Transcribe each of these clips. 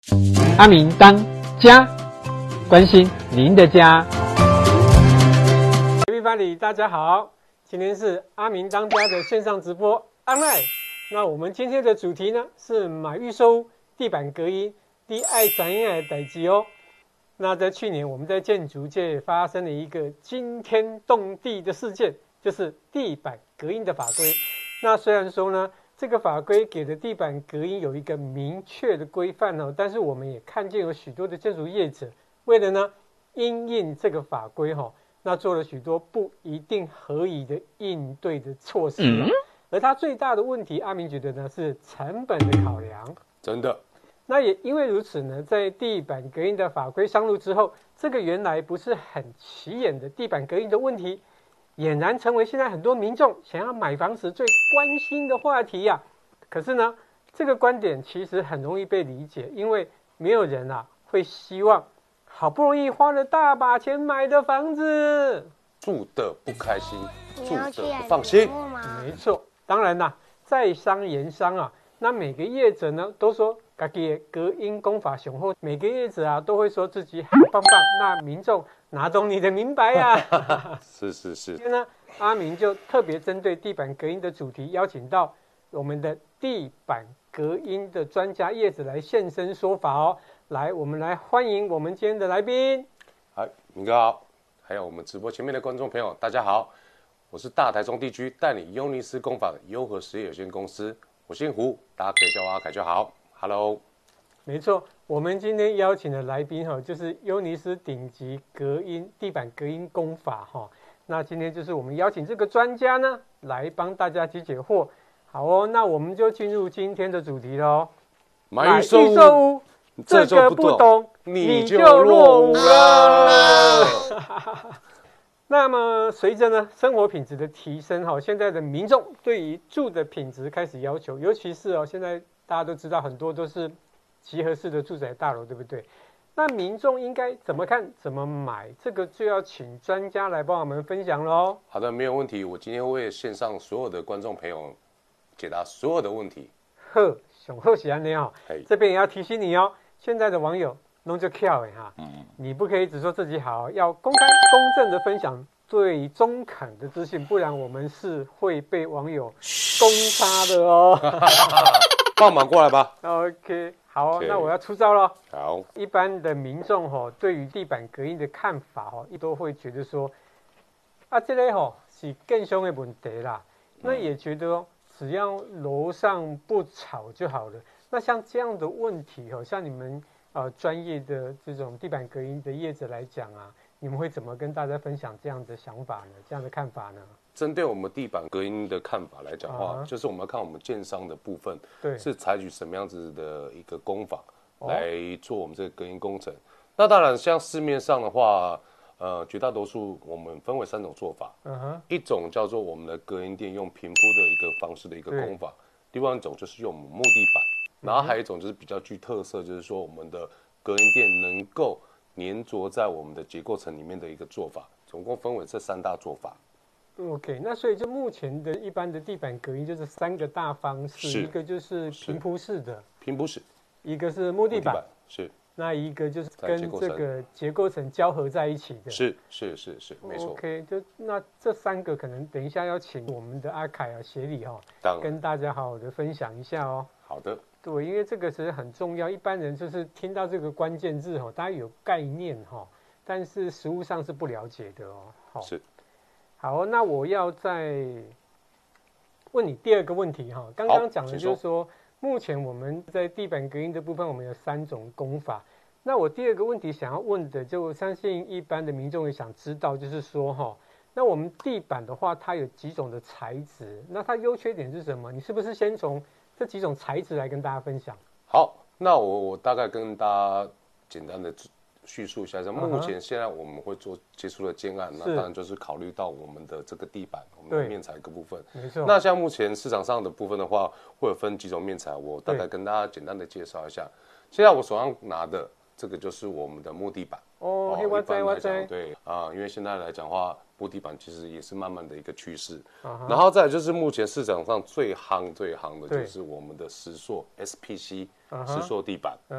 阿明当家，关心您的家。Everybody， 大家好，今天是阿明当家的线上直播 online。那我们今天的主题呢是买预售地板隔音，你爱怎样的代志哦？那在去年我们在建筑界发生了一个惊天动地的事件，就是地板隔音的法规。那虽然说呢，这个法规给的地板隔音有一个明确的规范哦，但是我们也看见有许多的建筑业者为了呢因应这个法规哈，那做了许多不一定合宜的应对的措施哦。而它最大的问题，阿明觉得呢是成本的考量。 真的。 那也因为如此呢，在地板隔音的法规上路之后，这个原来不是很起眼的地板隔音的问题，俨然成为现在很多民众想要买房时最关心的话题呀。可是呢，这个观点其实很容易被理解，因为没有人啊会希望好不容易花了大把钱买的房子住得不开心，住得不放心。 没错，当然啦，在商言商啊，那每个业者呢都说自己的隔音工法雄厚，每个业者啊都会说自己很棒棒，那民众哪懂你的明白呀？ 是是是。 今天呢，阿明就特别针对地板隔音的主题，邀请到我们的地板隔音的专家业者来现身说法哦。来，我们来欢迎我们今天的来宾。 好，明哥好，还有我们直播前面的观众朋友，大家好，我是大台中地区代理优尼斯工法的优和实业有限公司，我姓胡，大家可以叫我阿凯就好。Hello， 没错，我们今天邀请的来宾哈，就是优尼斯顶级隔音地板隔音工法哈。那今天就是我们邀请这个专家呢，来帮大家解惑。好哦，那我们就进入今天的主题喽。 买预售屋， 这个不懂你就落伍了。那么随着呢生活品质的提升哈，现在的民众对于住的品质开始要求，尤其是哦，现在大家都知道很多都是集合式的住宅大楼，对不对？那民众应该怎么看、怎么买？这个就要请专家来帮我们分享喽。 好的，没有问题。我今天会为线上所有的观众朋友解答所有的问题。 呵，熊贺喜安你好，这边也要提醒你哦，现在的网友弄就跳哎哈，你不可以只说自己好，要公开公正的分享最中肯的资讯，不然我们是会被网友攻杀的哦。 帮忙过来吧。 OK， 好，那我要出招了。 好， 一般的民众对于地板隔音的看法都会觉得说，啊，这个是更凶的问题啦。那也觉得只要楼上不吵就好了。那像这样的问题像你们专业的这种地板隔音的业者来讲啊，你们会怎么跟大家分享这样的想法呢？这样的看法呢？ 针对我们地板隔音的看法来讲的话，就是我们要看我们建商的部分，是采取什么样子的一个工法来做我们这个隔音工程。那当然，像市面上的话，绝大多数我们分为3种做法，一种叫做我们的隔音垫用平铺的一个方式的一个工法，另外一种就是用木地板，然后还有一种就是比较具特色，就是说我们的隔音垫能够粘着在我们的结构层里面的一个做法，总共分为这3大做法。 OK， 那所以就目前的一般的地板隔音就是3个大方式，一个就是平铺式的， 平铺式， 一个是木地板， 是， 那一个就是跟这个结构层交合在一起的， 是，没错。 OK， 就那这3个可能等一下要请我们的阿凯协理跟大家好好的分享一下哦。 好的， 对，因为这个其实很重要，一般人就是听到这个关键字大家有概念但是实务上是不了解的哦。 是。 好，那我要再问你第2个问题刚刚讲的就是说，目前我们在地板隔音的部分，我们有3种工法。那我第2个问题想要问的，就我相信一般的民众也想知道，就是说那我们地板的话，它有几种的材质，那它优缺点是什么？你是不是先从这几种材质来跟大家分享？ 好，那我大概跟大家简单的叙述一下，目前现在我们会做接触的建案，那当然就是考虑到我们的这个地板，我们的面材各部分。 没错。那像目前市场上的部分的话，会有分几种面材，我大概跟大家简单的介绍一下。现在我手上拿的这个就是我们的木地板。 我知。 对因为现在来讲的话，木地板其实也是慢慢的一个趋势。然后再来就是目前市场上最夯的就是我们的石塑 SPC 石塑地板。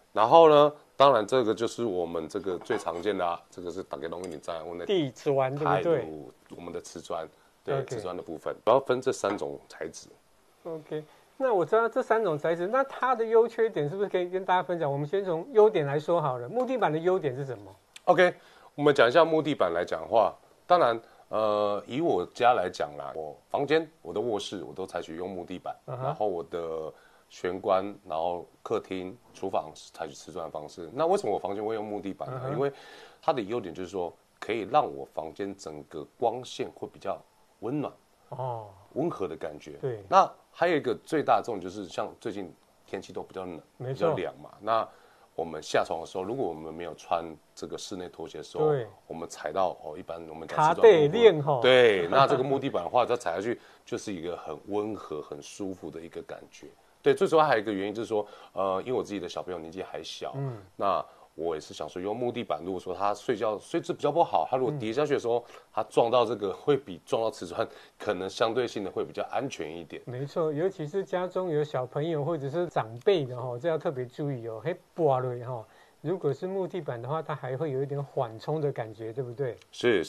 然后呢，当然这个就是我们这个最常见的啊，这个是大家容易在问的地砖，对不对？ 我们的瓷砖，对，瓷砖的部分，主要分这3种材质。 OK， 那我知道这3种材质，那它的优缺点是不是可以跟大家分享？我们先从优点来说好了。木地板的优点是什么 ？OK， 我们讲一下木地板来讲的话，当然，以我家来讲啦，我房间、我的卧室我都采取用木地板，然后我的玄关，然后客厅、厨房是采取瓷砖的方式。那为什么我房间会用木地板呢？因为它的优点就是说，可以让我房间整个光线会比较温暖，温和的感觉。 对。 那还有一个最大的重点就是，像最近天气都比较冷、比较凉嘛，那我们下床的时候，如果我们没有穿这个室内拖鞋的时候，我们踩到一般我们讲卡带链哈， 对，那这个木地板的话，它踩下去就是一个很温和、很舒服的一个感觉。对，最主要还有一个原因就是说，因为我自己的小朋友年纪还小，那我也是想说用木地板，如果说他睡觉睡姿比较不好，他如果跌下去的时候，他撞到这个会比撞到瓷砖可能相对性的会比较安全一点。 没错，尤其是家中有小朋友或者是长辈的这要特别注意哦。玻璃如果是木地板的话，它还会有一点缓冲的感觉，对不对？ 是。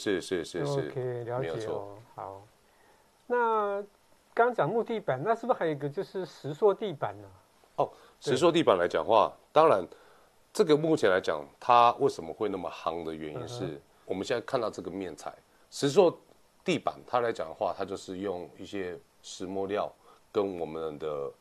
OK， 了解哦。好，那刚讲木地板，那是不是还有一个就是石塑地板呢？ 石塑地板来讲的话，当然。这个目前来讲，它为什么会那么夯的原因是，我们现在看到这个面材石塑地板，它来讲的话，它就是用一些石墨料跟我们的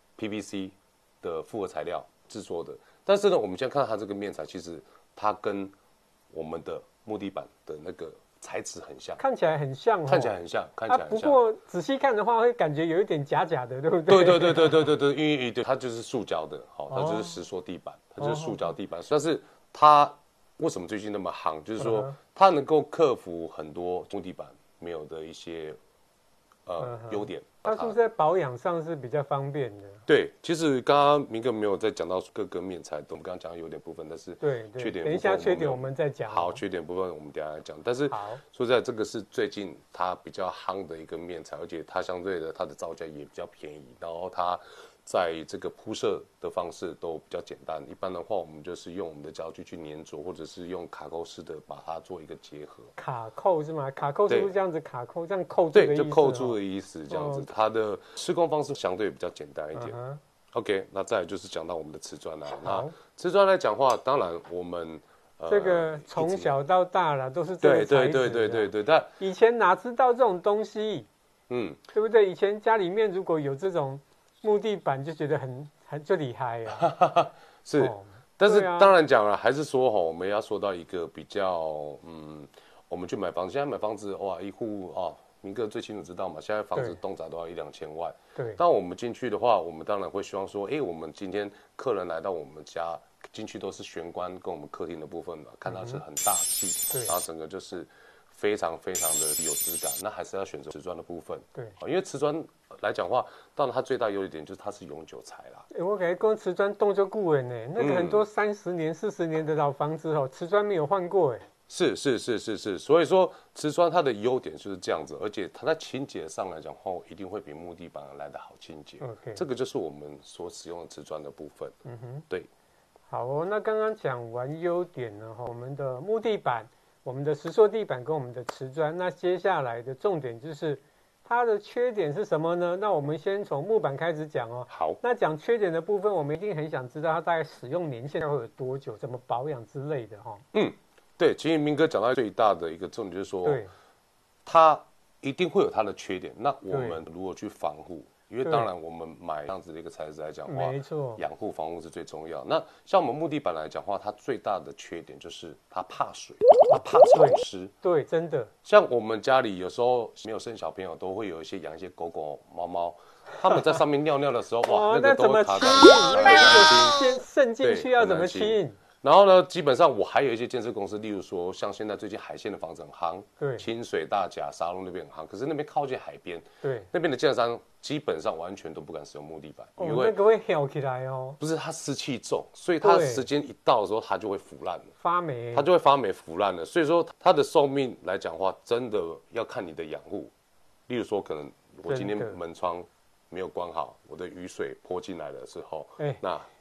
PVC 的复合材料制作的。但是呢，我们现在看到它这个面材，其实它跟我们的木地板的那个材质很像， 看起来很像， 看起来很像。 不过仔细看的话，会感觉有一点假假的，对不对？ 对，因为它就是塑胶的，它就是石塑地板，它就是塑胶地板。但是它为什么最近那么夯？就是说它能够克服很多木地板没有的一些优点。 它是不是在保养上是比较方便的？ 对，其实刚刚明哥没有在讲到各个面材，我们刚刚讲到优点部分，但是缺点， 等一下缺点我们再讲。 好，缺点部分我们等一下来讲。但是说实在，这个是最近它比较夯的一个面材，而且它相对的它的造价也比较便宜，然后它在这个铺设的方式都比较简单。一般的话，我们就是用我们的胶具去粘着，或者是用卡扣式的把它做一个结合。 卡扣是吗？卡扣是不是这样子？卡扣这样扣住的意思？ 对，就扣住的意思，这样子。它的施工方式相对比较简单一点。OK， 那再来就是讲到我们的瓷砖啦。那瓷砖来讲话，当然我们这个从小到大啦都是这个材质。 对。但以前哪知道这种东西？对不对？以前家里面如果有这种木地板，就觉得很就厉害啊。 是，但是当然讲了，还是说我们要说到一个比较我们去买房子，现在买房子哇，一户明哥最清楚知道嘛，现在房子动辄都要1-2千万。 对。 当我们进去的话，我们当然会希望说，我们今天客人来到我们家，进去都是玄关跟我们客厅的部分嘛，看到是很大气，然后整个就是非常非常的有质感。那还是要选择瓷砖的部分。 对。 因为瓷砖来讲话，当然它最大优点就是它是永久材啦。 我感觉光瓷砖动就固稳呢，那个很多30年、40年的老房子瓷砖没有换过哎。 是，所以说瓷砖它的优点就是这样子，而且它在清洁上来讲话，一定会比木地板来得好清洁。这个就是我们所使用的瓷砖的部分。对。 好哦，那刚刚讲完优点了我们的木地板、我们的石塑地板跟我们的瓷砖，那接下来的重点就是它的缺点是什么呢？那我们先从木板开始讲哦。 好。 那讲缺点的部分，我们一定很想知道它大概使用年限会有多久，怎么保养之类的对，其实明哥讲到最大的一个重点就是说，它一定会有它的缺点。那我们如何去防护？因为当然我们买这样子的一个材质来讲的话， 没错， 养护防护是最重要。那像我们木地板来讲的话，它最大的缺点就是它怕水，它怕潮湿。 对，真的。 像我们家里有时候没有生小朋友，都会有养一些狗狗、猫猫，他们在上面尿尿的时候，哇，那个都会卡在那个先渗进去要怎么清？ 然后呢，基本上我还有一些建设公司，例如说像现在最近海鲜的房子很夯， 对， 清水、大甲、沙鹿那边很夯，可是那边靠近海边， 对， 那边的建商基本上完全都不敢使用木地板， 因为那个会翘起来哦。 不是，它湿气重，所以它时间一到的时候，它就会腐烂了， 发霉， 它就会发霉腐烂了。所以说它的寿命来讲的话，真的要看你的养护。例如说，可能我今天门窗没有关好，我的雨水泼进来的时候，那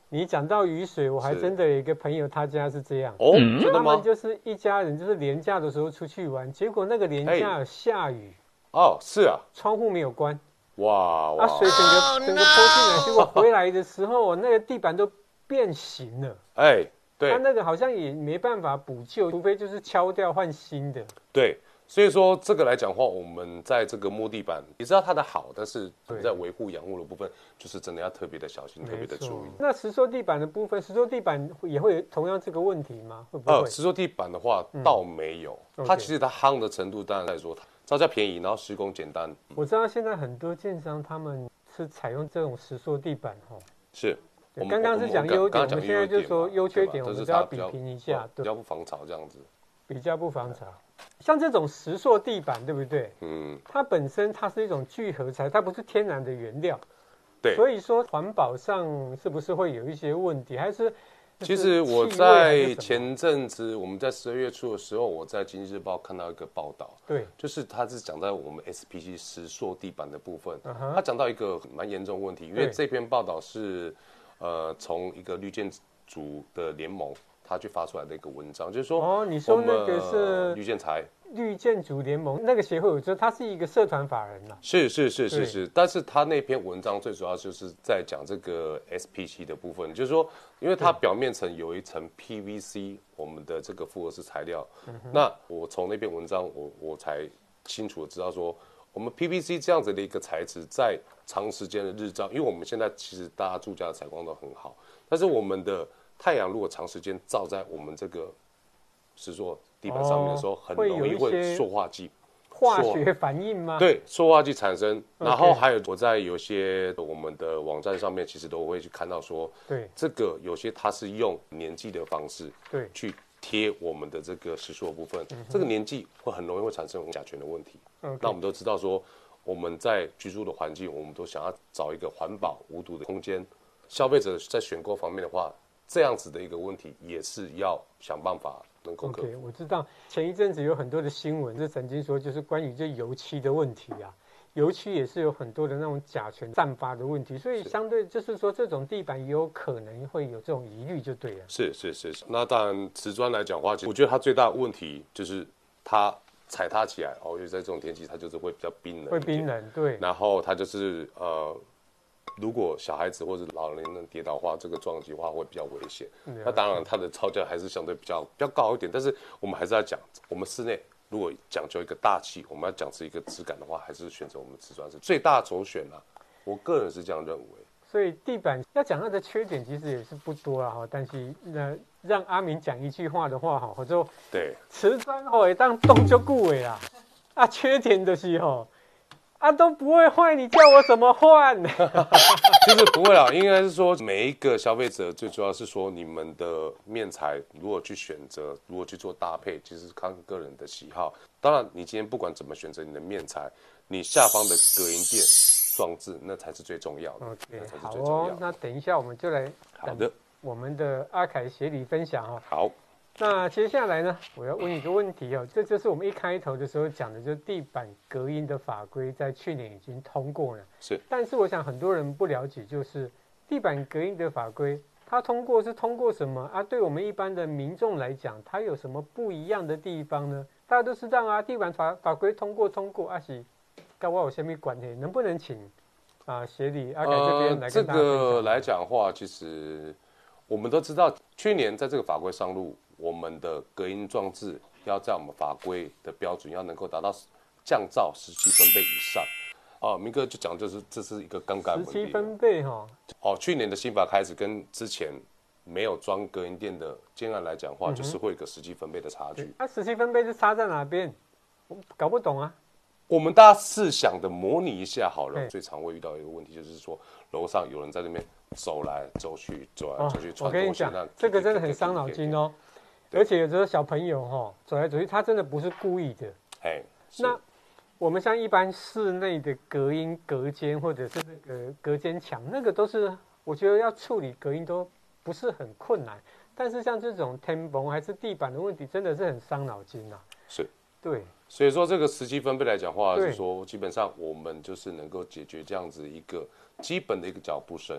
你讲到雨水，我还真的有一个朋友，他家是这样哦，真的吗？ 他们就是一家人，就是连假的时候出去玩，结果那个连假下雨， 哦，是啊， 窗户没有关， 哇， 水整个泼进来，结果回来的时候，那个地板都变形了， 对， 他那个好像也没办法补救，除非就是敲掉换新的， 对。所以说这个来讲的话，我们在这个摸地板，你知道它的好，但是在维护养护的部分，就是真的要特别的小心，特别的注意。 那石塑地板的部分，石塑地板也会有同样这个问题吗？会不会？ 石塑地板的话，倒没有。它其实它夯的程度，当然来说，造价便宜，然后施工简单。 我知道现在很多建商他们是采用这种石塑地板， 是。 刚刚是讲优点，我们现在就说优缺点，我们都要比拼一下， 比较不防潮这样子。 比较不防潮。像这种石塑地板，对不对？它本身它是一种聚合材，它不是天然的原料。 对。 所以说环保上是不是会有一些问题？还是？ 其实我在前阵子，我们在12月初的时候，我在《经济日报》看到一个报道， 对， 就是他是讲在我们 SPC 石塑地板的部分，他讲到一个蛮严重的问题，因为这篇报道是从一个绿建筑的联盟。他去发出来的一个文章，就是说， 你说那个是绿建筑联盟那个协会，我觉得它是一个社团法人啦。 是，但是他那篇文章最主要就是在讲这个 SPC 的部分，就是说，因为它表面层有一层 PVC， 我们的这个复合式材料，那我从那篇文章我才清楚的知道说，我们 PVC 这样子的一个材质，在长时间的日照，因为我们现在其实大家住家的采光都很好，但是我们的太阳如果长时间照在我们这个石塑地板上面的时候，很容易会塑化剂、 化学反应吗？ 对，塑化剂产生。然后还有我在有些我们的网站上面，其实都会去看到说， 对， 这个有些它是用粘剂的方式， 对， 去贴我们的这个石塑的部分，这个粘剂会很容易会产生甲醛的问题。那我们都知道说，我们在居住的环境，我们都想要找一个环保无毒的空间。消费者在选购方面的话，这样子的一个问题也是要想办法能够克服。 我知道前一阵子有很多的新闻是曾经说，就是关于这油漆的问题啊，油漆也是有很多的那种甲醛散发的问题，所以相对就是说这种地板也有可能会有这种疑虑，就对了。 是。那当然，瓷砖来讲的话，我觉得它最大的问题就是它踩踏起来因为在这种天气，它就是会比较冰冷， 会冰冷，对。 然后它就是如果小孩子或者老年人跌倒的话，这个撞击的话会比较危险。那当然，它的造价还是相对比较高一点。但是我们还是要讲，我们室内如果讲究一个大气，我们要讲是一个质感的话，还是选择我们瓷砖是最大首选啦。我个人是这样认为。 所以地板要讲它的缺点，其实也是不多啦哈。但是让阿明讲一句话的话哈，我就对瓷砖会当冻就久的啦。缺点就是都不会坏，你叫我怎么换？ 其实不会啦，应该是说每一个消费者最主要是说你们的面材如何去选择，如何去做搭配，其实看个人的喜好。当然，你今天不管怎么选择你的面材，你下方的隔音垫装置那才是最重要的。 OK， 好那等一下我们就来等我们的阿凯协理分享好。 那接下来呢，我要问一个问题这就是我们一开头的时候讲的，就是地板隔音的法规在去年已经通过了。 是， 但是我想很多人不了解，就是地板隔音的法规，它通过是通过什么对我们一般的民众来讲，它有什么不一样的地方呢？大家都知道地板法规通过是跟我有什么关系？能不能请协理阿凯这边来跟大家分享？ 这个来讲的话，其实我们都知道，去年在这个法规上路，我们的隔音装置要在我们法规的标准要能够达到降噪17分贝以上。明哥就讲，就是这是一个刚刚 17分贝去年的新法开始跟之前没有装隔音垫的建案来讲的话，就是会有一个17分贝的差距。 17分贝是差在哪边？我搞不懂啊。 我们大家试想的模拟一下好了，最常会遇到一个问题就是说，楼上有人在那边走来走去， 我跟你讲，这个真的很伤脑筋而且有时候小朋友走来走去，他真的不是故意的。那我们像一般室内的隔音隔间或者是那个隔间墙，那个都是我觉得要处理隔音都不是很困难。但是像这种天棚还是地板的问题，真的是很伤脑筋是， 对。 所以说这个17分贝来讲话，是说基本上我们就是能够解决这样子一个基本的一个脚步声，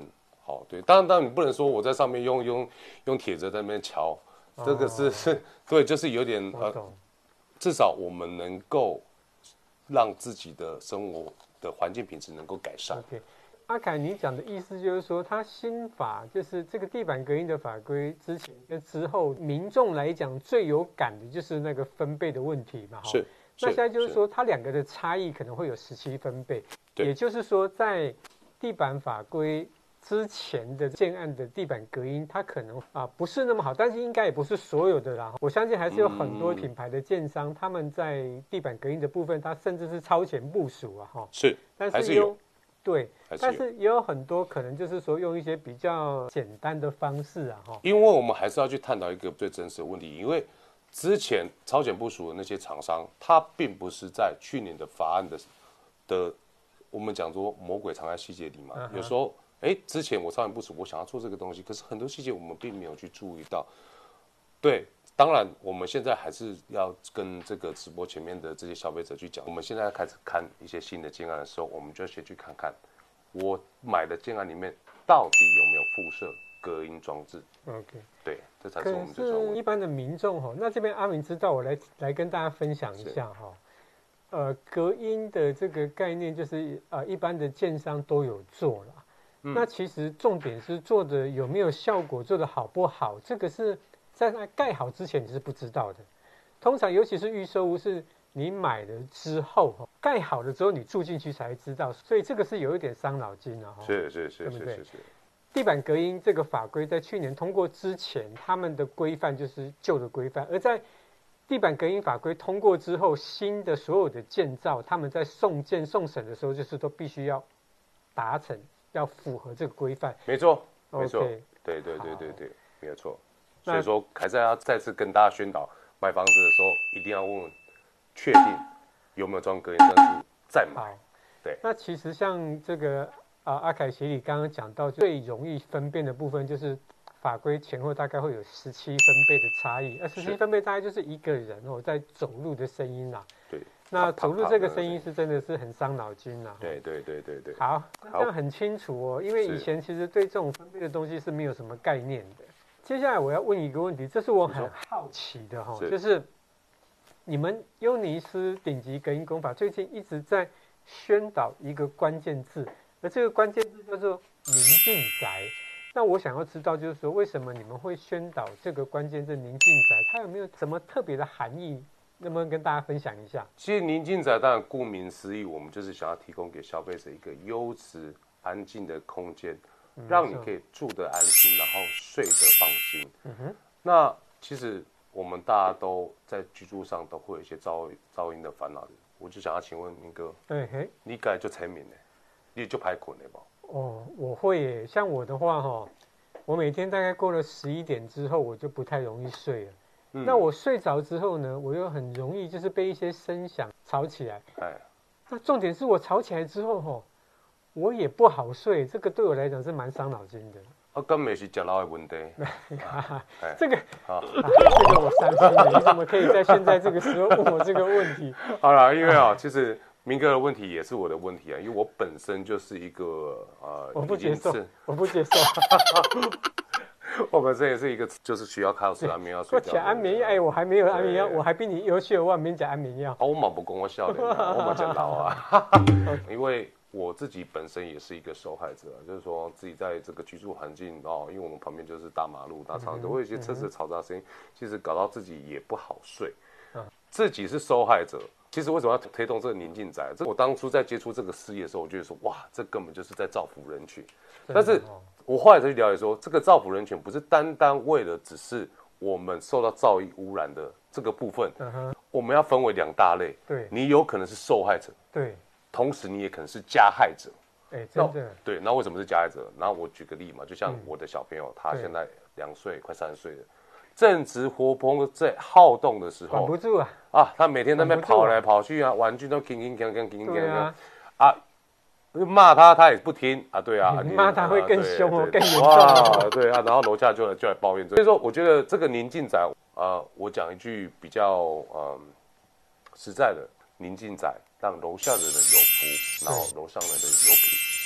好。对，当然你不能说我在上面用铁则在那边敲，这个是对，就是有点至少我们能够让自己的生活的环境品质能够改善。 OK， 阿凯，你讲的意思就是说，他新法就是这个地板隔音的法规之前跟之后，民众来讲最有感的就是那个分贝的问题嘛。 是。 那现在就是说，它两个的差异可能会有17分贝，也就是说，在地板法规之前的建案的地板隔音，它可能不是那么好，但是应该也不是所有的啦。我相信还是有很多品牌的建商，他们在地板隔音的部分，它甚至是超前部署啊， 是， 但是有， 对，但是也有很多可能就是说用一些比较简单的方式啊， 因为我们还是要去探讨一个最真实的问题，因为之前超前部署的那些厂商，他并不是在去年的法案的我们讲说魔鬼藏在细节里嘛。有时候，之前我超前部署，我想要做这个东西，可是很多细节我们并没有去注意到。对，当然我们现在还是要跟这个直播前面的这些消费者去讲，我们现在开始看一些新的建案的时候，我们就先去看看我买的建案里面到底有没有附设隔音装置。 OK， 对，这才是我们最重要的。 可是一般的民众那这边阿明知道，我来跟大家分享一下隔音的这个概念就是一般的建商都有做啦。那其实重点是做的有没有效果，做的好不好，这个是在它盖好之前你是不知道的。通常尤其是预售屋，是你买了之后盖好了之后你住进去才知道，所以这个是有一点伤脑筋啊。 是， 对不对？地板隔音这个法规在去年通过之前，他们的规范就是旧的规范，而在地板隔音法规通过之后，新的所有的建造，他们在送建送审的时候，就是都必须要达成，要符合这个规范。 没错， 没错， 对，没有错。所以说，还是要再次跟大家宣导，买房子的时候一定要问，确定有没有装隔音装置再买。对。 那其实像这个阿凯协理刚刚讲到，最容易分辨的部分就是法规前后大概会有17分贝的差异，17分贝大概就是一个人在走路的声音啦。 对。 那走路这个声音是真的是很伤脑筋啦。 对。 好，这样很清楚因为以前其实对这种分贝的东西是没有什么概念的。接下来我要问一个问题，这是我很好奇的就是你们优尼斯顶级隔音工法最近一直在宣导一个关键字，而这个关键字叫做宁静宅。那我想要知道，就是说为什么你们会宣导这个关键字宁静宅？它有没有什么特别的含义？能不能跟大家分享一下？ 其实宁静宅当然顾名思义，我们就是想要提供给消费者一个优质、安静的空间，让你可以住得安心，然后睡得放心。那其实我们大家都在居住上都会有一些噪音的烦恼，我就想要请问明哥，你该就催眠呢？你就排困了吧？ 我会耶。像我的话我每天大概过了11点之后，我就不太容易睡了。那我睡着之后呢，我又很容易就是被一些声响吵起来。那重点是我吵起来之后我也不好睡，这个对我来讲是蛮伤脑筋的。 根本是食老的问题。 这个我伤心了。你怎么可以在现在这个时候问我这个问题？ 好了，因为其实明哥的问题也是我的问题因为我本身就是一个我不接受。 我本身也是一个就是需要靠吃安眠药睡觉。 我吃安眠药，我还没有安眠药，我还比你优秀，我没吃安眠药。 我嘛不跟我笑的，我嘛讲老因为我自己本身也是一个受害者，就是说自己在这个居住环境因为我们旁边就是大马路、大长都会有一些车子的嘈杂声音，其实搞到自己也不好睡。自己是受害者。其实为什么要推动这个宁静宅？我当初在接触这个事业的时候，我就说哇，这根本就是在造福人群。但是我后来才去了解说，这个造福人群不是单单为了只是我们受到噪音污染的这个部分，我们要分为2大类。 对， 你有可能是受害者， 对， 同时你也可能是加害者。 真的。 对，那为什么是加害者？然后我举个例嘛，就像我的小朋友，他现在2岁，快3岁了。正值活泼在好动的时候， 管不住他每天在那边跑来跑去玩具都叮骂他也不听对啊， 你骂他会更凶更严重对然后楼下就来抱怨。所以说，我觉得这个宁静宅我讲一句比较实在的，宁静宅让楼下的人有福，然后楼上的人有品。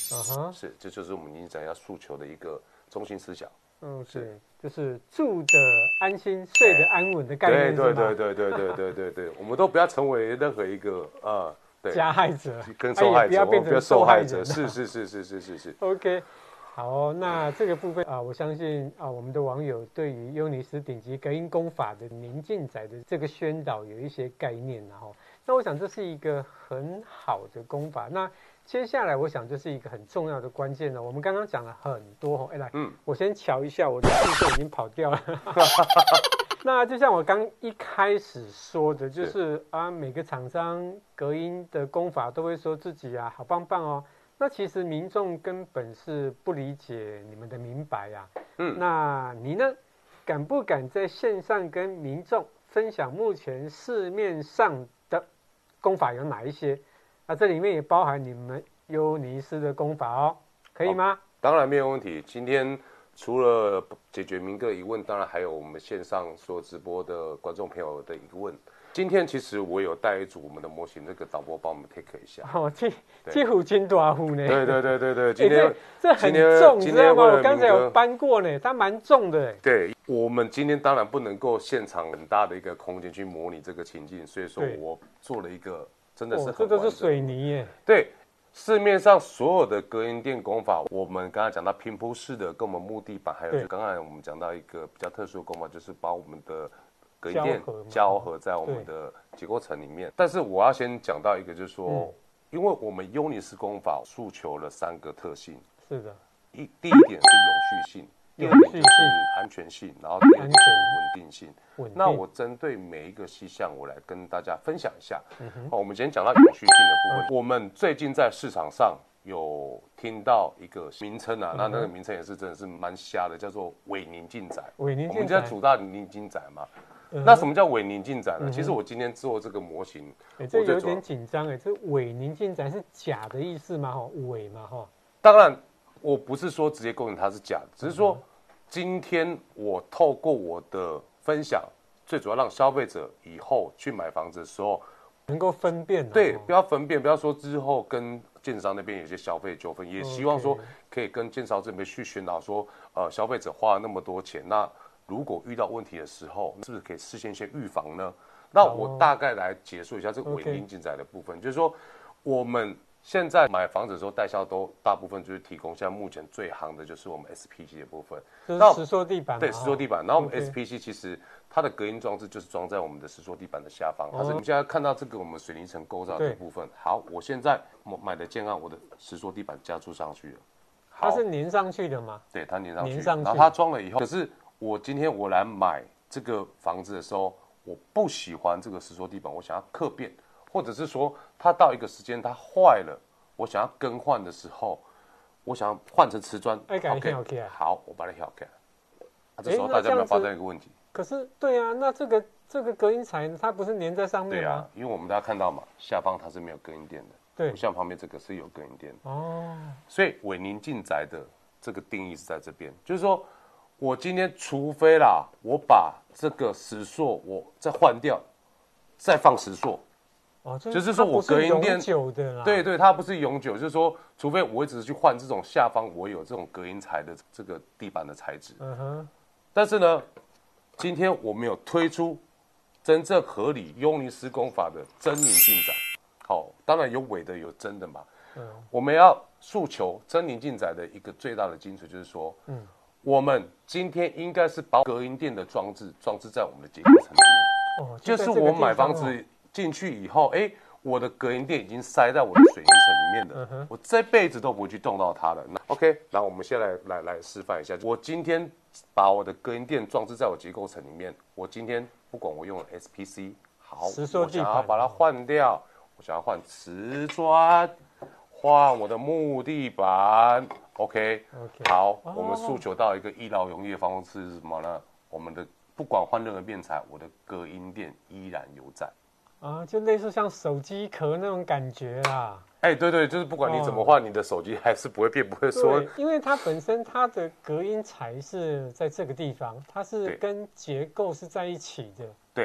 是，这就是我们影展要诉求的一个中心思想。 是，就是住的安心，睡得安稳的概念。 对，我们都不要成为任何一个加害者跟受害者， 不要变成受害者。 是。 OK， 好，那这个部分我相信我们的网友对于优尼斯顶级隔音工法的宁静宅的这个宣导有一些概念，然后，那我想这是一个很好的工法。那接下来我想这是一个很重要的关键了。我们刚刚讲了很多，来，我先瞧一下，我的速度已经跑掉了。那就像我刚一开始说的，就是每个厂商隔音的工法都会说自己好棒棒哦。那其实民众根本是不理解你们的明白呀。那你呢，敢不敢在线上跟民众分享目前市面上的工法有哪一些？那这里面也包含你们优尼斯的工法哦，可以吗？ 当然没有问题。今天除了解决民各疑问，当然还有我们线上所直播的观众朋友的疑问。今天其实我有带一组我们的模型，这个导播帮我们 take 一下。 这虎金大虎呢？ 对，今天这很重，你知道吗？我刚才有搬过呢，它蛮重的。 对，我们今天当然不能够现场很大的一个空间去模拟这个情境，所以说我做了一个真的是很这都是水泥耶。 对。市面上所有的隔音垫工法，我们刚才讲到平铺式的，跟我们木地板，还有就刚才我们讲到一个比较特殊的工法，就是把我们的隔音垫胶合在我们的结构层里面。但是我要先讲到一个，就是说，因为我们优尼斯工法诉求了3个特性。 是的， 第一点是永续性，第二点就是安全性，然后第二点是稳定性。那我针对每一个细项，我来跟大家分享一下。我们今天讲到永续性的部分，我们最近在市场上有听到一个名称那个名称也是真的是蛮瞎的，叫做伪宁静宅。我们叫主大宁静宅嘛。那什么叫伪宁静宅呢？其实我今天做这个模型， 这有点紧张这伪宁静宅是假的意思吗？伪嘛当然，我不是说直接构成它是假的，只是说今天我透过我的分享，最主要让消费者以后去买房子的时候能够分辨。 对，不要分辨，不要说之后跟建商那边有些消费纠纷，也希望说可以跟建商这边去宣导说，消费者花了那么多钱，那如果遇到问题的时候，是不是可以事先先预防呢？那我大概来结束一下这个伪宁静宅的部分，就是说我们现在买房子的时候，代销都大部分就是提供现在目前最行的就是我们 SPC 的部分， 就是石塑地板。 对，石塑地板。然后我们 SPC 其实它的隔音装置就是装在我们的石塑地板的下方。它是我们现在看到这个我们水泥层构造的部分。好，我现在买的建案，我的石塑地板加注上去了。 它是粘上去的吗？ 对，它粘上去。然后它装了以后，可是我今天我来买这个房子的时候，我不喜欢这个石塑地板，我想要客变。或者是说，它到一个时间它坏了，我想要更换的时候，我想要换成瓷砖。 OK， 好，我把它调开。这时候大家有没有发现一个问题？ 可是，对啊，那这个隔音材它不是粘在上面吗？ 对啊，因为我们大家看到嘛，下方它是没有隔音垫的。 对， 不像旁边这个是有隔音垫的。所以伪宁静宅的这个定义是在这边，就是说我今天除非啦，我把这个石塑我再换掉，再放石塑。就是说我隔音垫对，它不是永久，就是说，除非我只是去换这种下方我有这种隔音材的这个地板的材质。但是呢，今天我们有推出真正合理优尼斯工法的真宁静宅。好，当然有伪的有真的嘛。我们要诉求真宁静宅的一个最大的精髓就是说，我们今天应该是把隔音垫的装置在我们的结构层里面。就是我买房子进去以后，我的隔音垫已经塞在我的水泥层里面的，我这辈子都不会去动到它的。那 OK， 然后我们先来示范一下。我今天把我的隔音垫装置在我结构层里面，我今天不管我用了 SPC， 好，我想要把它换掉，我想要换瓷砖，换我的木地板。OK， 好，我们诉求到一个一劳永逸的方式是什么呢？我们的不管换任何面材，我的隔音垫依然犹在。 就类似像手机壳那种感觉啦。 对，就是不管你怎么换，你的手机还是不会变，不会说。 因为它本身它的隔音材是在这个地方，它是跟结构是在一起的。 对，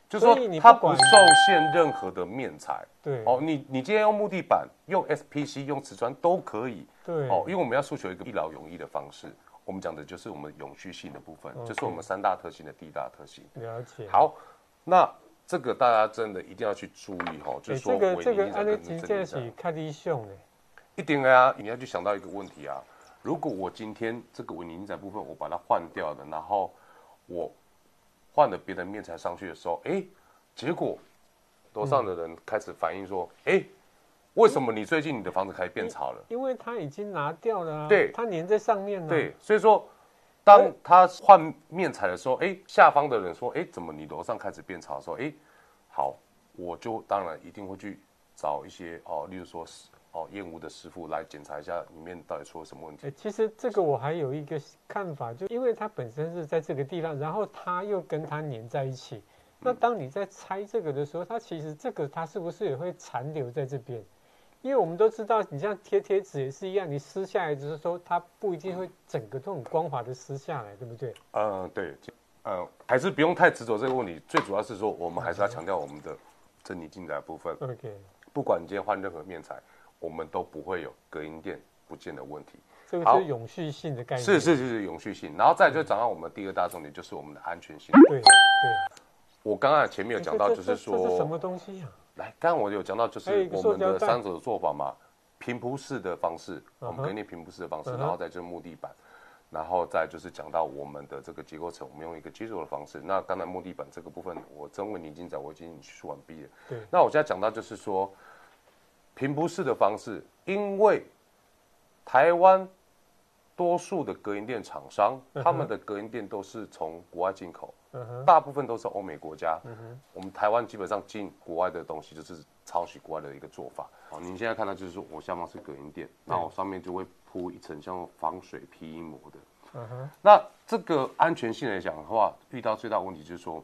就是说它不受限任何的面材。 对， 你今天用木地板、用 SPC、用瓷砖都可以。 对， 因为我们要诉求一个一劳永逸的方式，我们讲的就是我们永续性的部分，就是我们3大特性的第一大特性。 了解。 好，那这个大家真的一定要去注意就是说这个安利真正是较理想的。 一定的啊，你要去想到一个问题啊，如果我今天这个伪泥仔部分我把它换掉了，然后我换了别的面材上去的时候，结果楼上的人开始反映说，为什么你最近你的房子开始变潮了？ 因为它已经拿掉了啊， 对， 它粘在上面了。 对，所以说，当他换面材的时候，下方的人说，怎么你楼上开始变潮的时候，好，我就当然一定会去找一些例如说验屋的师傅来检查一下里面到底出了什么问题。 其实这个我还有一个看法，就因为它本身是在这个地方，然后它又跟它粘在一起。那当你在拆这个的时候，它其实它是不是也会残留在这边？因为我们都知道，你像贴纸也是一样，你撕下来只是说它不一定会整个都很光滑的撕下来，对不对？ 对，还是不用太执着这个问题。最主要是说，我们还是要强调我们的真泥进来部分。 OK， 不管你今天换任何面材，我们都不会有隔音垫不见的问题。 这个是永续性的概念。 是永续性。然后再就讲到我们第2大重点，就是我们的安全性。 对。 我刚刚前面有讲到，就是说这是什么东西啊？ 来，刚刚我有讲到，就是我们的3种做法嘛，平铺式的方式，我们给你平铺式的方式，然后再就是木地板，然后再就是讲到我们的这个结构层，我们用一个接触的方式。那刚才木地板这个部分，我真为你已经我已经叙述完毕了。 对。 那我现在讲到就是说，平铺式的方式，因为台湾多数的隔音垫厂商，他们的隔音垫都是从国外进口。大部分都是欧美国家，我们台湾基本上进国外的东西就是抄袭国外的一个做法。好，您现在看到就是说我下方是隔音垫，然后上面就会铺一层像防水皮衣膜的。那这个安全性来讲的话，遇到最大的问题就是说，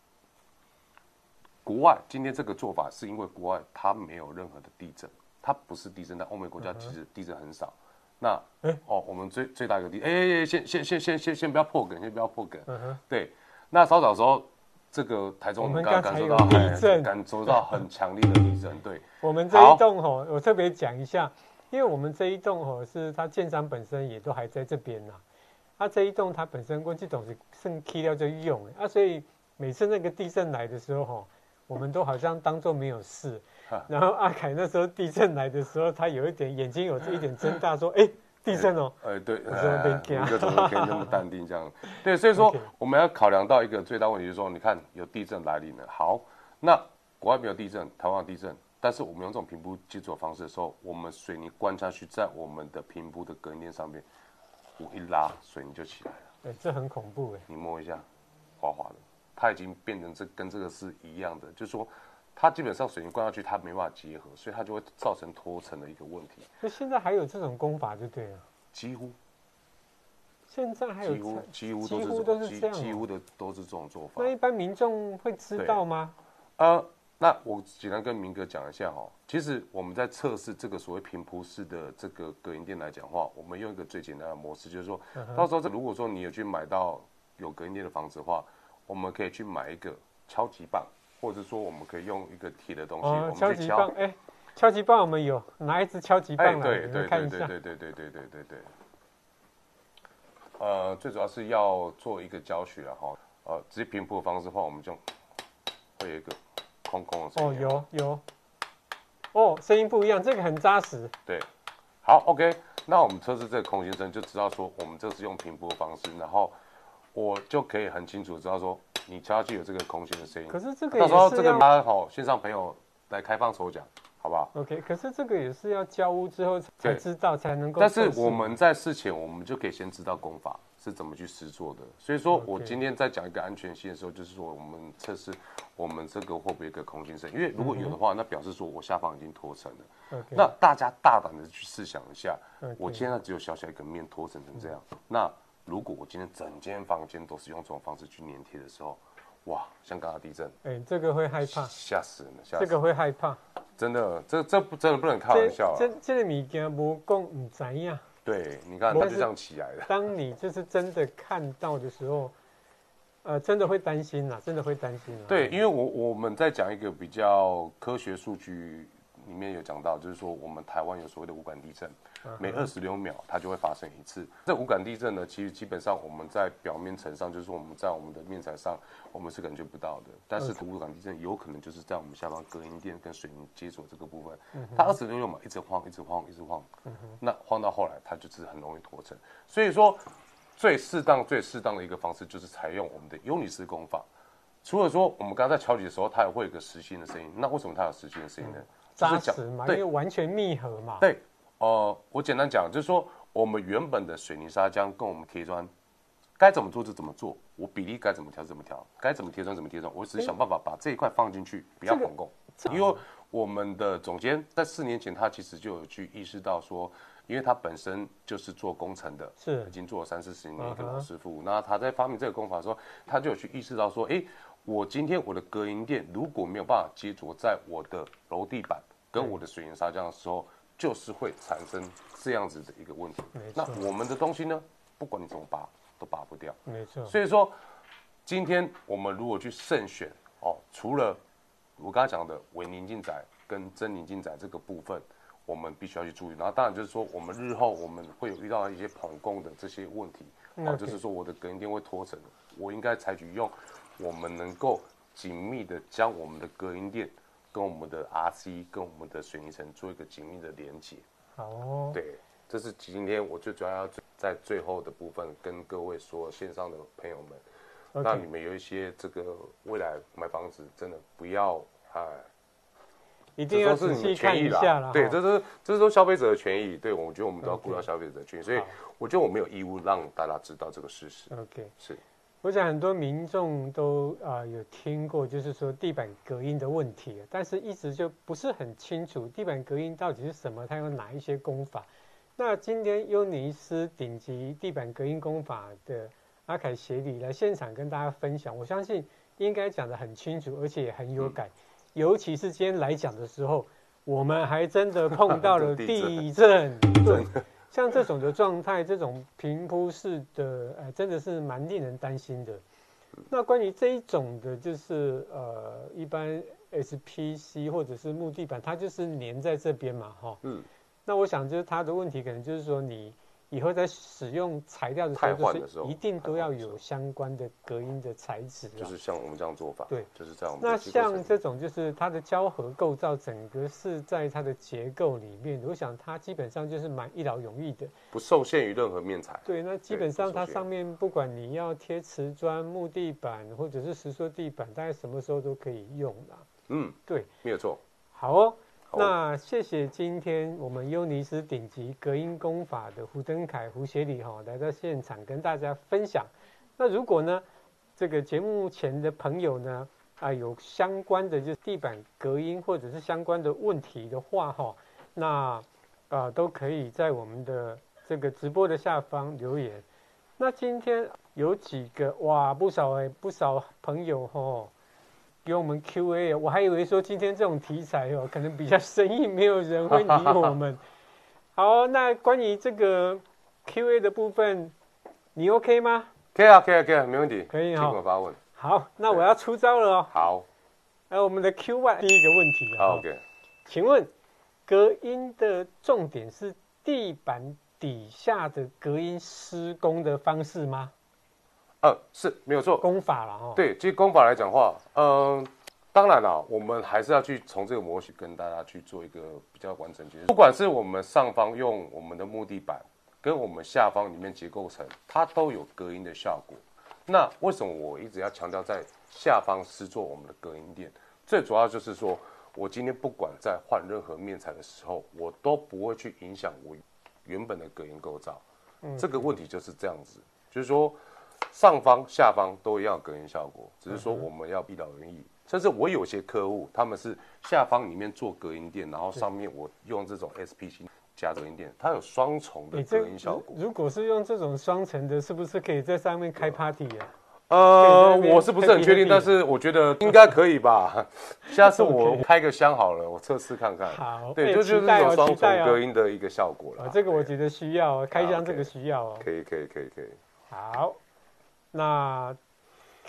国外今天这个做法是因为国外它没有任何的地震，它不是地震，在欧美国家其实地震很少。那我们最大一个先不要破梗，先不要破梗。对。那稍早的时候，这个台中我们刚感受到地震，感受到很强烈的地震。对， 我们这一栋我特别讲一下，因为我们这一栋是它建商本身也都还在这边呐。这一栋它本身过去都是剩砌料就用所以每次那个地震来的时候我们都好像当作没有事。然后阿凯那时候地震来的时候，他有一点眼睛有一点睁大，说：“地震哦。” 对，我说你怎么可以那么淡定这样？对，所以说我们要考量到一个最大问题，就是说，你看有地震来临了，好，那国外没有地震，台湾有地震，但是我们用这种平铺基础的方式的时候，我们水泥灌下去，在我们的平铺的隔音垫上面，我一拉，水泥就起来了。 这很恐怖你摸一下，滑滑的，它已经变成跟这个是一样的，就是说。它基本上水泥灌下去，它没办法结合，所以它就会造成脱层的一个问题。 那现在还有这种工法就对了。 几乎。 现在还有几乎都是这样， 几乎的都是这种做法。 那一般民众会知道吗？ 那我简单跟明哥讲一下其实我们在测试这个所谓平铺式的这个隔音垫来讲的话，我们用一个最简单的模式，就是说，到时候如果说你有去买到有隔音垫的房子的话，我们可以去买一个敲击棒。或者说，我们可以用一个铁的东西，我们敲击棒。敲击棒我们有拿一支敲击棒来， 对， 看一下。 对。最主要是要做一个教学直接平铺的方式的话，我们就会有一个空的声音。 有。声音不一样，这个很扎实。 对，好 ，OK。那我们测试这个空心声，就知道说我们这是用平铺的方式，然后我就可以很清楚知道说。你敲下去有这个空心的声音， 可是这个到时候这个线上朋友来开放抽奖，好不好 ？OK， 可是这个也是要交屋之后才知道才能够。 但是我们在事前，我们就可以先知道工法是怎么去实做的。所以说我今天在讲一个安全性的时候，就是说我们测试我们这个会不会有一个空心声，因为如果有的话，那表示说我下方已经脱层了。那大家大胆的去试想一下，我现在只有小小一个面脱层成这样，那。如果我今天整间房间都是用这种方式去粘贴的时候，哇，像刚刚地震， 这个会害怕， 吓死人了， 这个会害怕， 真的，这真的不能开玩笑这个物件无讲唔知呀。 对，你看它就这样起来了。 当你就是真的看到的时候， 真的会担心啦，真的会担心啦。 对，因为我们在讲一个比较科学数据里面有讲到，就是说我们台湾有所谓的无感地震，每26秒它就会发生一次。这无感地震呢，其实基本上我们在表面层上，就是说我们在我们的面材上，我们是感觉不到的。但是无感地震有可能就是在我们下方隔音垫跟水泥接触这个部分，它26秒一直晃，一直晃，一直晃，那晃到后来它就是很容易脱层。所以说最适当的一个方式就是采用我们的尤尼斯工法。除了说我们刚刚在敲击的时候，它也会有一个实心的声音。那为什么它有实心的声音呢？ 扎实嘛，因为完全密合嘛。 对，我简单讲，就是说我们原本的水泥砂浆跟我们贴砖该怎么做就怎么做，我比例该怎么调怎么调，该怎么贴砖怎么贴砖，我只是想办法把这一块放进去，不要混共。因为我们的总监在4年前，他其实就有去意识到说，因为他本身就是做工程的，已经做了30-40年一个老师傅。那他在发明这个工法的时候，他就有去意识到说，我今天我的隔音垫如果没有办法接着在我的楼地板跟我的水泥砂浆的时候，就是会产生这样子的一个问题。那我们的东西呢，不管你怎么拔，都拔不掉。 没错。所以说，今天我们如果去慎选除了我刚才讲的伪宁静载跟真宁静载这个部分，我们必须要去注意。然后当然就是说，我们日后我们会有遇到一些捧供的这些问题，就是说我的隔音垫会脱层，我应该采取用我们能够紧密的将我们的隔音垫跟我们的 RC 跟我们的水泥层做一个紧密的连接。 好对，这是今天我最主要在最后的部分跟各位所有线上的朋友们，那你们有一些这个未来买房子真的不要一定要仔细看一下啦。 对，这是说消费者的权益。对，我觉得我们都要顾到消费者的权益，所以我觉得我们有义务让大家知道这个事实。 OK， 是。 我想很多民众都有听过，就是说地板隔音的问题，但是一直就不是很清楚地板隔音到底是什么，它有哪一些工法。那今天尤尼斯顶级地板隔音工法的阿凯协理来现场跟大家分享，我相信应该讲得很清楚，而且也很有感。尤其是今天来讲的时候，我们还真的碰到了地震。对。像这种的状态，这种平铺式的，真的是蛮令人担心的。那关于这一种的，就是一般 SPC 或者是木地板，它就是粘在这边嘛，那我想就是它的问题，可能就是说你以后在使用材料的时候，一定都要有相关的隔音的材质， 就是像我们这样做法， 对， 就是这样。 那像这种就是它的胶合构造，整个是在它的结构里面，我想它基本上就是蛮一劳永逸的， 不受限于任何面材。 对，那基本上它上面不管你要贴瓷砖、木地板或者是石塑地板，大概什么时候都可以用啦。对， 没有错。 好哦。那谢谢今天我们尤尼斯顶级隔音工法的胡登凯胡协理来到现场跟大家分享。那如果呢这个节目前的朋友呢有相关的就是地板隔音或者是相关的问题的话那都可以在我们的这个直播的下方留言。那今天有几个不少朋友给我们 Q&A， 我还以为说今天这种题材可能比较生硬，没有人会理我们。好，那关于这个 Q&A 的部分，你 OK 吗？ 可以啊，没问题。 可以尽管发问。 好，那我要出招了好。 我们的 Q1 第一个问题 OK。 请问隔音的重点是地板底下的隔音施工的方式吗？ 是没有错， 工法了对，其实工法来讲话，当然啦，我们还是要去从这个模型跟大家去做一个比较完整解释。不管是我们上方用我们的木地板，跟我们下方里面结构层，它都有隔音的效果。那为什么我一直要强调在下方施做我们的隔音垫？最主要就是说，我今天不管在换任何面材的时候，我都不会去影响我原本的隔音构造。这个问题就是这样子，就是说。上方、下方都一样隔音效果，只是说我们要一劳永逸。甚至我有些客户，他们是下方里面做隔音垫，然后上面我用这种 SPC 加隔音垫，它有双重的隔音效果。 如果是用这种双层的，是不是可以在上面开 party 我是不是很确定，但是我觉得应该可以吧。下次我开个箱好了，我测试看看。 好， 对，就是这种双重隔音的一个效果了。 这个我觉得需要开箱，这个需要可以。 好。那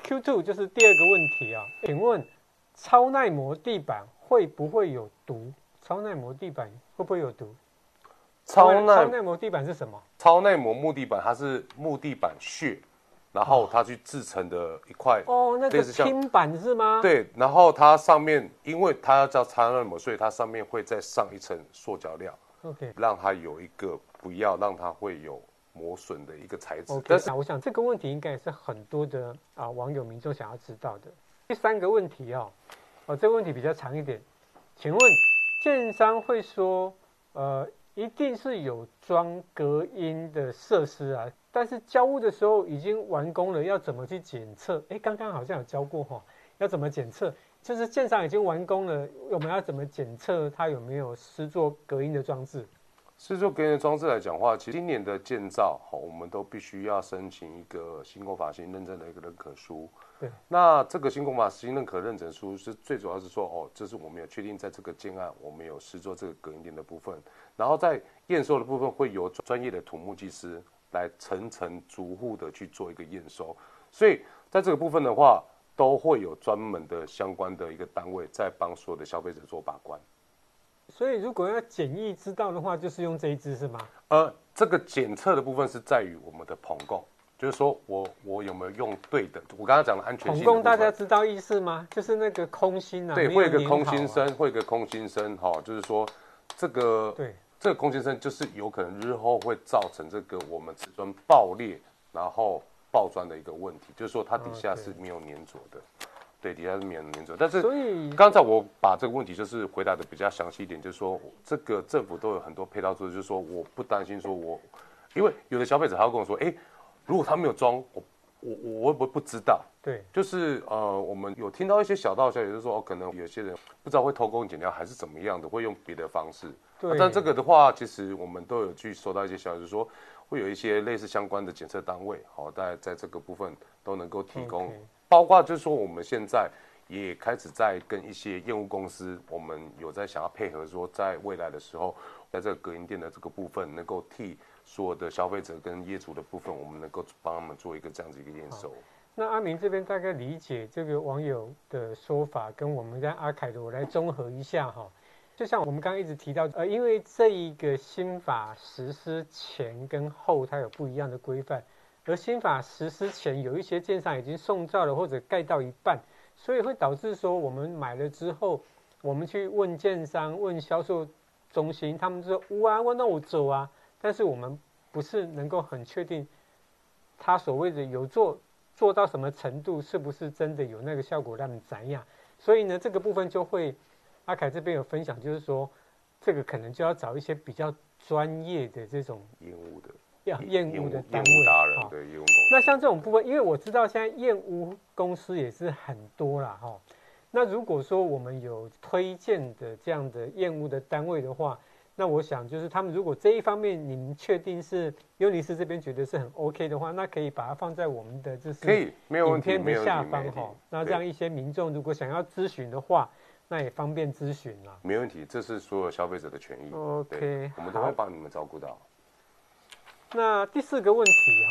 Q2 就是第二个问题啊，请问超耐磨地板会不会有毒？超耐磨地板会不会有毒？超耐磨地板是什么？ 超耐磨木地板，它是木地板屑，然后它去制成的一块那个拼板是吗？ 对，然后它上面因为它要叫超耐磨，所以它上面会再上一层塑胶料 ，OK， 让它有一个不要让它会有磨损的一个材质。 但是我想这个问题应该也是很多的网友民众想要知道的。第三个问题这个问题比较长一点，请问建商会说一定是有装隔音的设施啊，但是交屋的时候已经完工了，要怎么去检测？刚刚好像有教过要怎么检测？就是建商已经完工了，我们要怎么检测它有没有施作隔音的装置？ 施作隔音的装置来讲的话，其实今年的建造我们都必须要申请一个新工法新认证的一个认可书。 对， 那这个新工法新认可认证书是最主要是说这是我们有确定在这个建案我们有施作这个隔音垫的部分，然后在验收的部分会由专业的土木技师来层层逐户的去做一个验收，所以在这个部分的话，都会有专门的相关的一个单位在帮所有的消费者做把关。 所以如果要简易知道的话，就是用这一支是吗？ 这个检测的部分是在于我们的棚供，就是说我有没有用对的，我刚刚讲的安全性的部分。 棚供大家知道意思吗？就是那个空心对，会有一个空心声，会有一个空心声，就是说这个空心声就是有可能日后会造成这个我们瓷砖爆裂，然后爆砖的一个问题，就是说它底下是没有粘着的。对，底下是没有粘着，但是刚才我把这个问题就是回答的比较详细一点，就是说这个政府都有很多配套措施，就是说我不担心说因为有的消费者他会跟我说，如果他没有装，我会不会不知道？ 对， 就是我们有听到一些小道消息，就是说可能有些人不知道会偷工减料还是怎么样的，会用别的方式。 对， 但这个的话，其实我们都有去收到一些消息，就是说会有一些类似相关的检测单位，在这个部分都能够提供。包括就是说，我们现在也开始在跟一些业务公司，我们有在想要配合，说在未来的时候，在这个隔音垫的这个部分，能够替所有的消费者跟业主的部分，我们能够帮他们做一个这样子一个验收。 那阿明这边大概理解这个网友的说法，跟我们跟阿凯的我来综合一下就像我们刚刚一直提到，因为这一个新法实施前跟后，它有不一样的规范。而新法实施前，有一些建商已经送造了或者盖到一半，所以会导致说我们买了之后，我们去问建商、问销售中心，他们说有啊，我那我走啊，但是我们不是能够很确定，他所谓的有做到什么程度，是不是真的有那个效果让你怎样？所以呢，这个部分就会阿凯这边有分享，就是说这个可能就要找一些比较专业的这种业务的。 验屋的单位， 验屋达人，对，验屋公司。 那像这种部分，因为我知道现在验屋公司也是很多啦那如果说我们有推荐的这样的验屋的单位的话，那我想就是他们如果这一方面你们确定是尤尼斯这边觉得是很 OK 的话，那可以把它放在我们的就是可以没有问题影片的下方那让一些民众如果想要咨询的话，那也方便咨询啦。 没问题，这是所有消费者的权益。 OK， 我们都会帮你们照顾到。 那第四个问题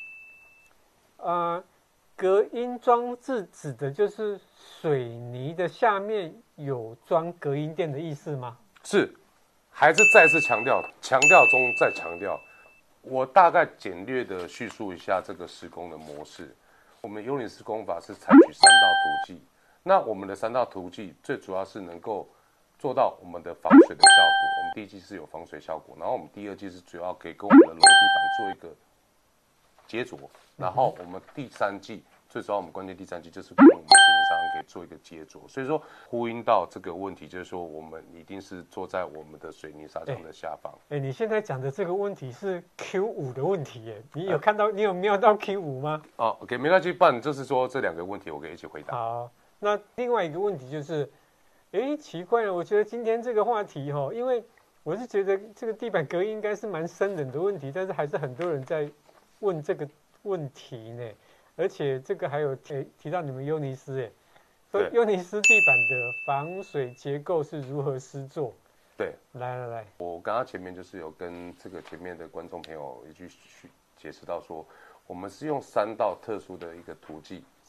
隔音装置指的就是水泥的下面有装隔音垫的意思吗？ 是，还是再次强调中再强调，我大概简略的叙述一下这个施工的模式。我们尤尼斯工法是采取3道途径，那我们的3道途径最主要是能够做到我们的防水的效果。我们第一季是有防水效果，然后我们第2季是主要可以跟我们的楼地板做一个接着，然后我们第3季最主要我们关键第3季就是跟我们水泥砂可以做一个接着，所以说呼应到这个问题，就是说我们一定是坐在我们的水泥砂墙的下方。 你现在讲的这个问题是 Q5 的问题耶，你有看到你有瞄到 Q5 吗 ？OK， 没关系，不然就是说这2个问题我可以一起回答。 好，那另外一个问题就是，奇怪了，我觉得今天这个话题因为我是觉得这个地板隔音应该是蛮深冷的问题，但是还是很多人在问这个问题呢。而且这个还有提到你们尤尼斯说尤尼斯地板的防水结构是如何施作？ 对， 来， 我刚刚前面就是有跟这个前面的观众朋友一句解释到说，我们是用3道特殊的一个途径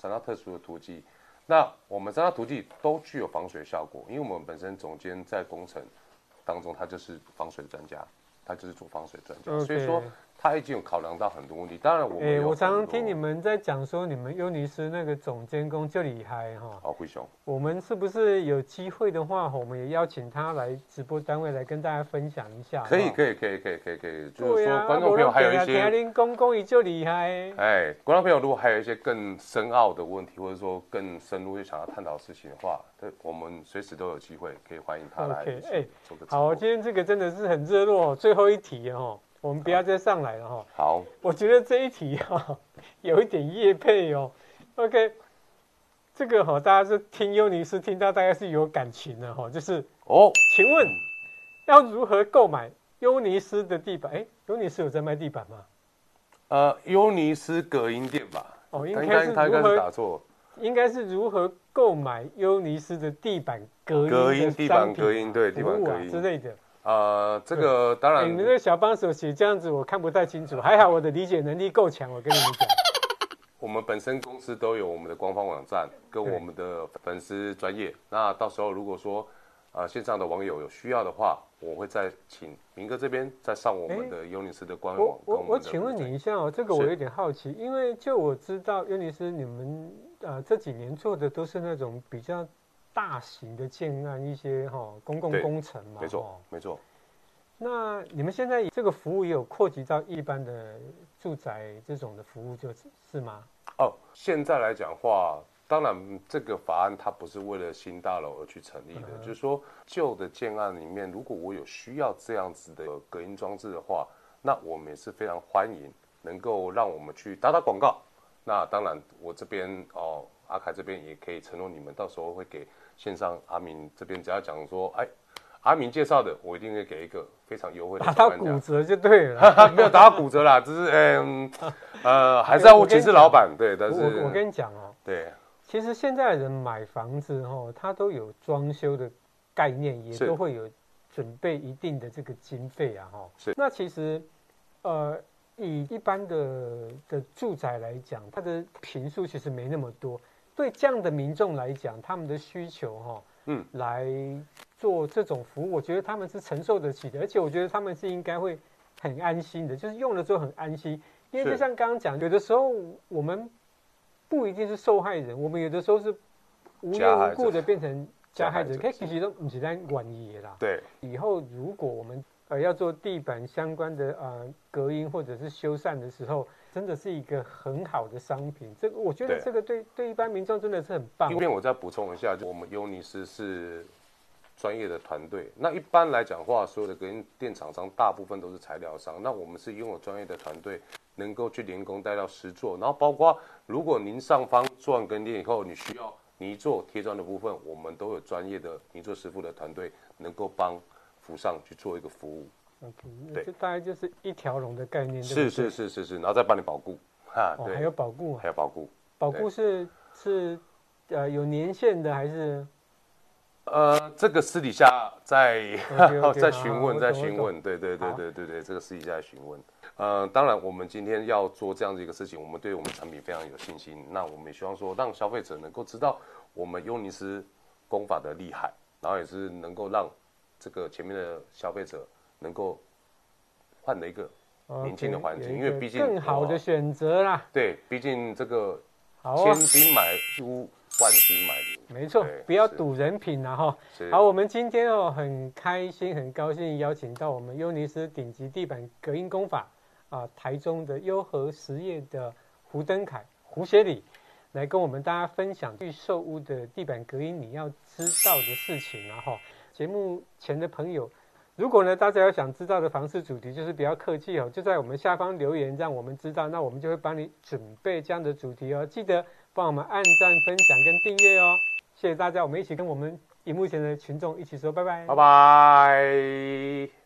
3道特殊的涂剂。那我们3道涂剂都具有防水效果，因为我们本身总监在工程当中，他就是防水专家，他就是做防水专家，所以说他已经有考量到很多问题。当然我常常听你们在讲说，你们优尼斯那个总监工就厉害哈。 好，辉兄， 我们是不是有机会的话，我们也邀请他来直播单位来跟大家分享一下？ 可以，就是说观众朋友还有一些公公也就厉害。 观众朋友如果还有一些更深奥的问题，或者说更深入就想要探讨事情的话，我们随时都有机会可以欢迎他来做个直播。 好，今天这个真的是很热络，最后一题哦。我们不要再上来了哈。 好， 我觉得这一题哈有一点业配哦。OK， 这个哈大家是听优尼斯听到大概是有感情的哈，就是请问要如何购买优尼斯的地板？优尼斯有在卖地板吗？优尼斯隔音垫吧。 应该是如何打错？ 应该是如何购买优尼斯的地板隔音地板隔音对地板隔音之类的。 这个当然， 你们这个小帮手写这样子，我看不太清楚。还好我的理解能力够强，我跟你们讲。 我们本身公司都有我们的官方网站跟我们的粉丝专页。那到时候如果说线上的网友有需要的话，我会再请明哥这边再上我们的优尼斯的官网。 我请问你一下哦，这个我有点好奇，因为就我知道优尼斯你们这几年做的都是那种比较大型的建案，一些公共工程嘛， 没错。 那你们现在这个服务也有扩及到一般的住宅这种的服务，就是吗？ 现在来讲的话，当然这个法案它不是为了新大楼而去成立的，就是说旧的建案里面，如果我有需要这样子的隔音装置的话，那我们也是非常欢迎能够让我们去打广告。那当然，我这边阿凯这边也可以承诺你们，到时候会给线上阿明这边只要讲说，阿明介绍的，我一定会给一个非常优惠的。 打到骨折就对了， 没有打到骨折啦，只是还是要请示老板。对，但是我跟你讲哦， 对， 其实现在的人买房子他都有装修的概念，也都会有准备一定的这个经费啊是。 那其实以一般的住宅来讲，它的坪数其实没那么多，对这样的民众来讲，他们的需求来做这种服务，我觉得他们是承受得起的，而且我觉得他们是应该会很安心的，就是用了之后很安心。因为就像刚刚讲，有的时候我们不一定是受害人，我们有的时候是无缘无故的变成加害者，其实都不是在管理啦。 对， 以后如果我们要做地板相关的隔音或者是修缮的时候，真的是一个很好的商品。这个我觉得这个对一般民众真的是很棒。 这边我再补充一下，就我们优尼斯是专业的团队。那一般来讲的话，所有的隔音垫厂商大部分都是材料商，那我们是拥有专业的团队，能够去连工带到实做。然后包括如果您上方做完隔音垫以后，你需要泥做贴砖的部分，我们都有专业的泥做师傅的团队能够帮扶上去做一个服务。 对，这大概就是一条龙的概念。 是，然后再帮你保固对，还有保固， 还有保固。 保固是有年限的还是？ 这个私底下再询问，对，这个私底下询问。当然，我们今天要做这样子一个事情，我们对我们产品非常有信心。那我们也希望说，让消费者能够知道我们优尼斯工法的厉害，然后也是能够让这个前面的消费者能够换了一个年轻的环境，因为毕竟更好的选择啦。 对，毕竟这个千金买屋，万金买邻， 没错，不要赌人品啦哈。好，我们今天很开心、很高兴邀请到我们优尼斯顶级地板隔音工法台中的优和实业的胡登凯胡协理来跟我们大家分享预售屋的地板隔音你要知道的事情啊哈。节目前的朋友，如果呢大家有想知道的房市主题，就是比较客气就在我们下方留言，让我们知道，那我们就会帮你准备这样的主题记得帮我们按赞、分享跟订阅谢谢大家，我们一起跟我们荧幕前的群众一起说拜拜， 拜拜。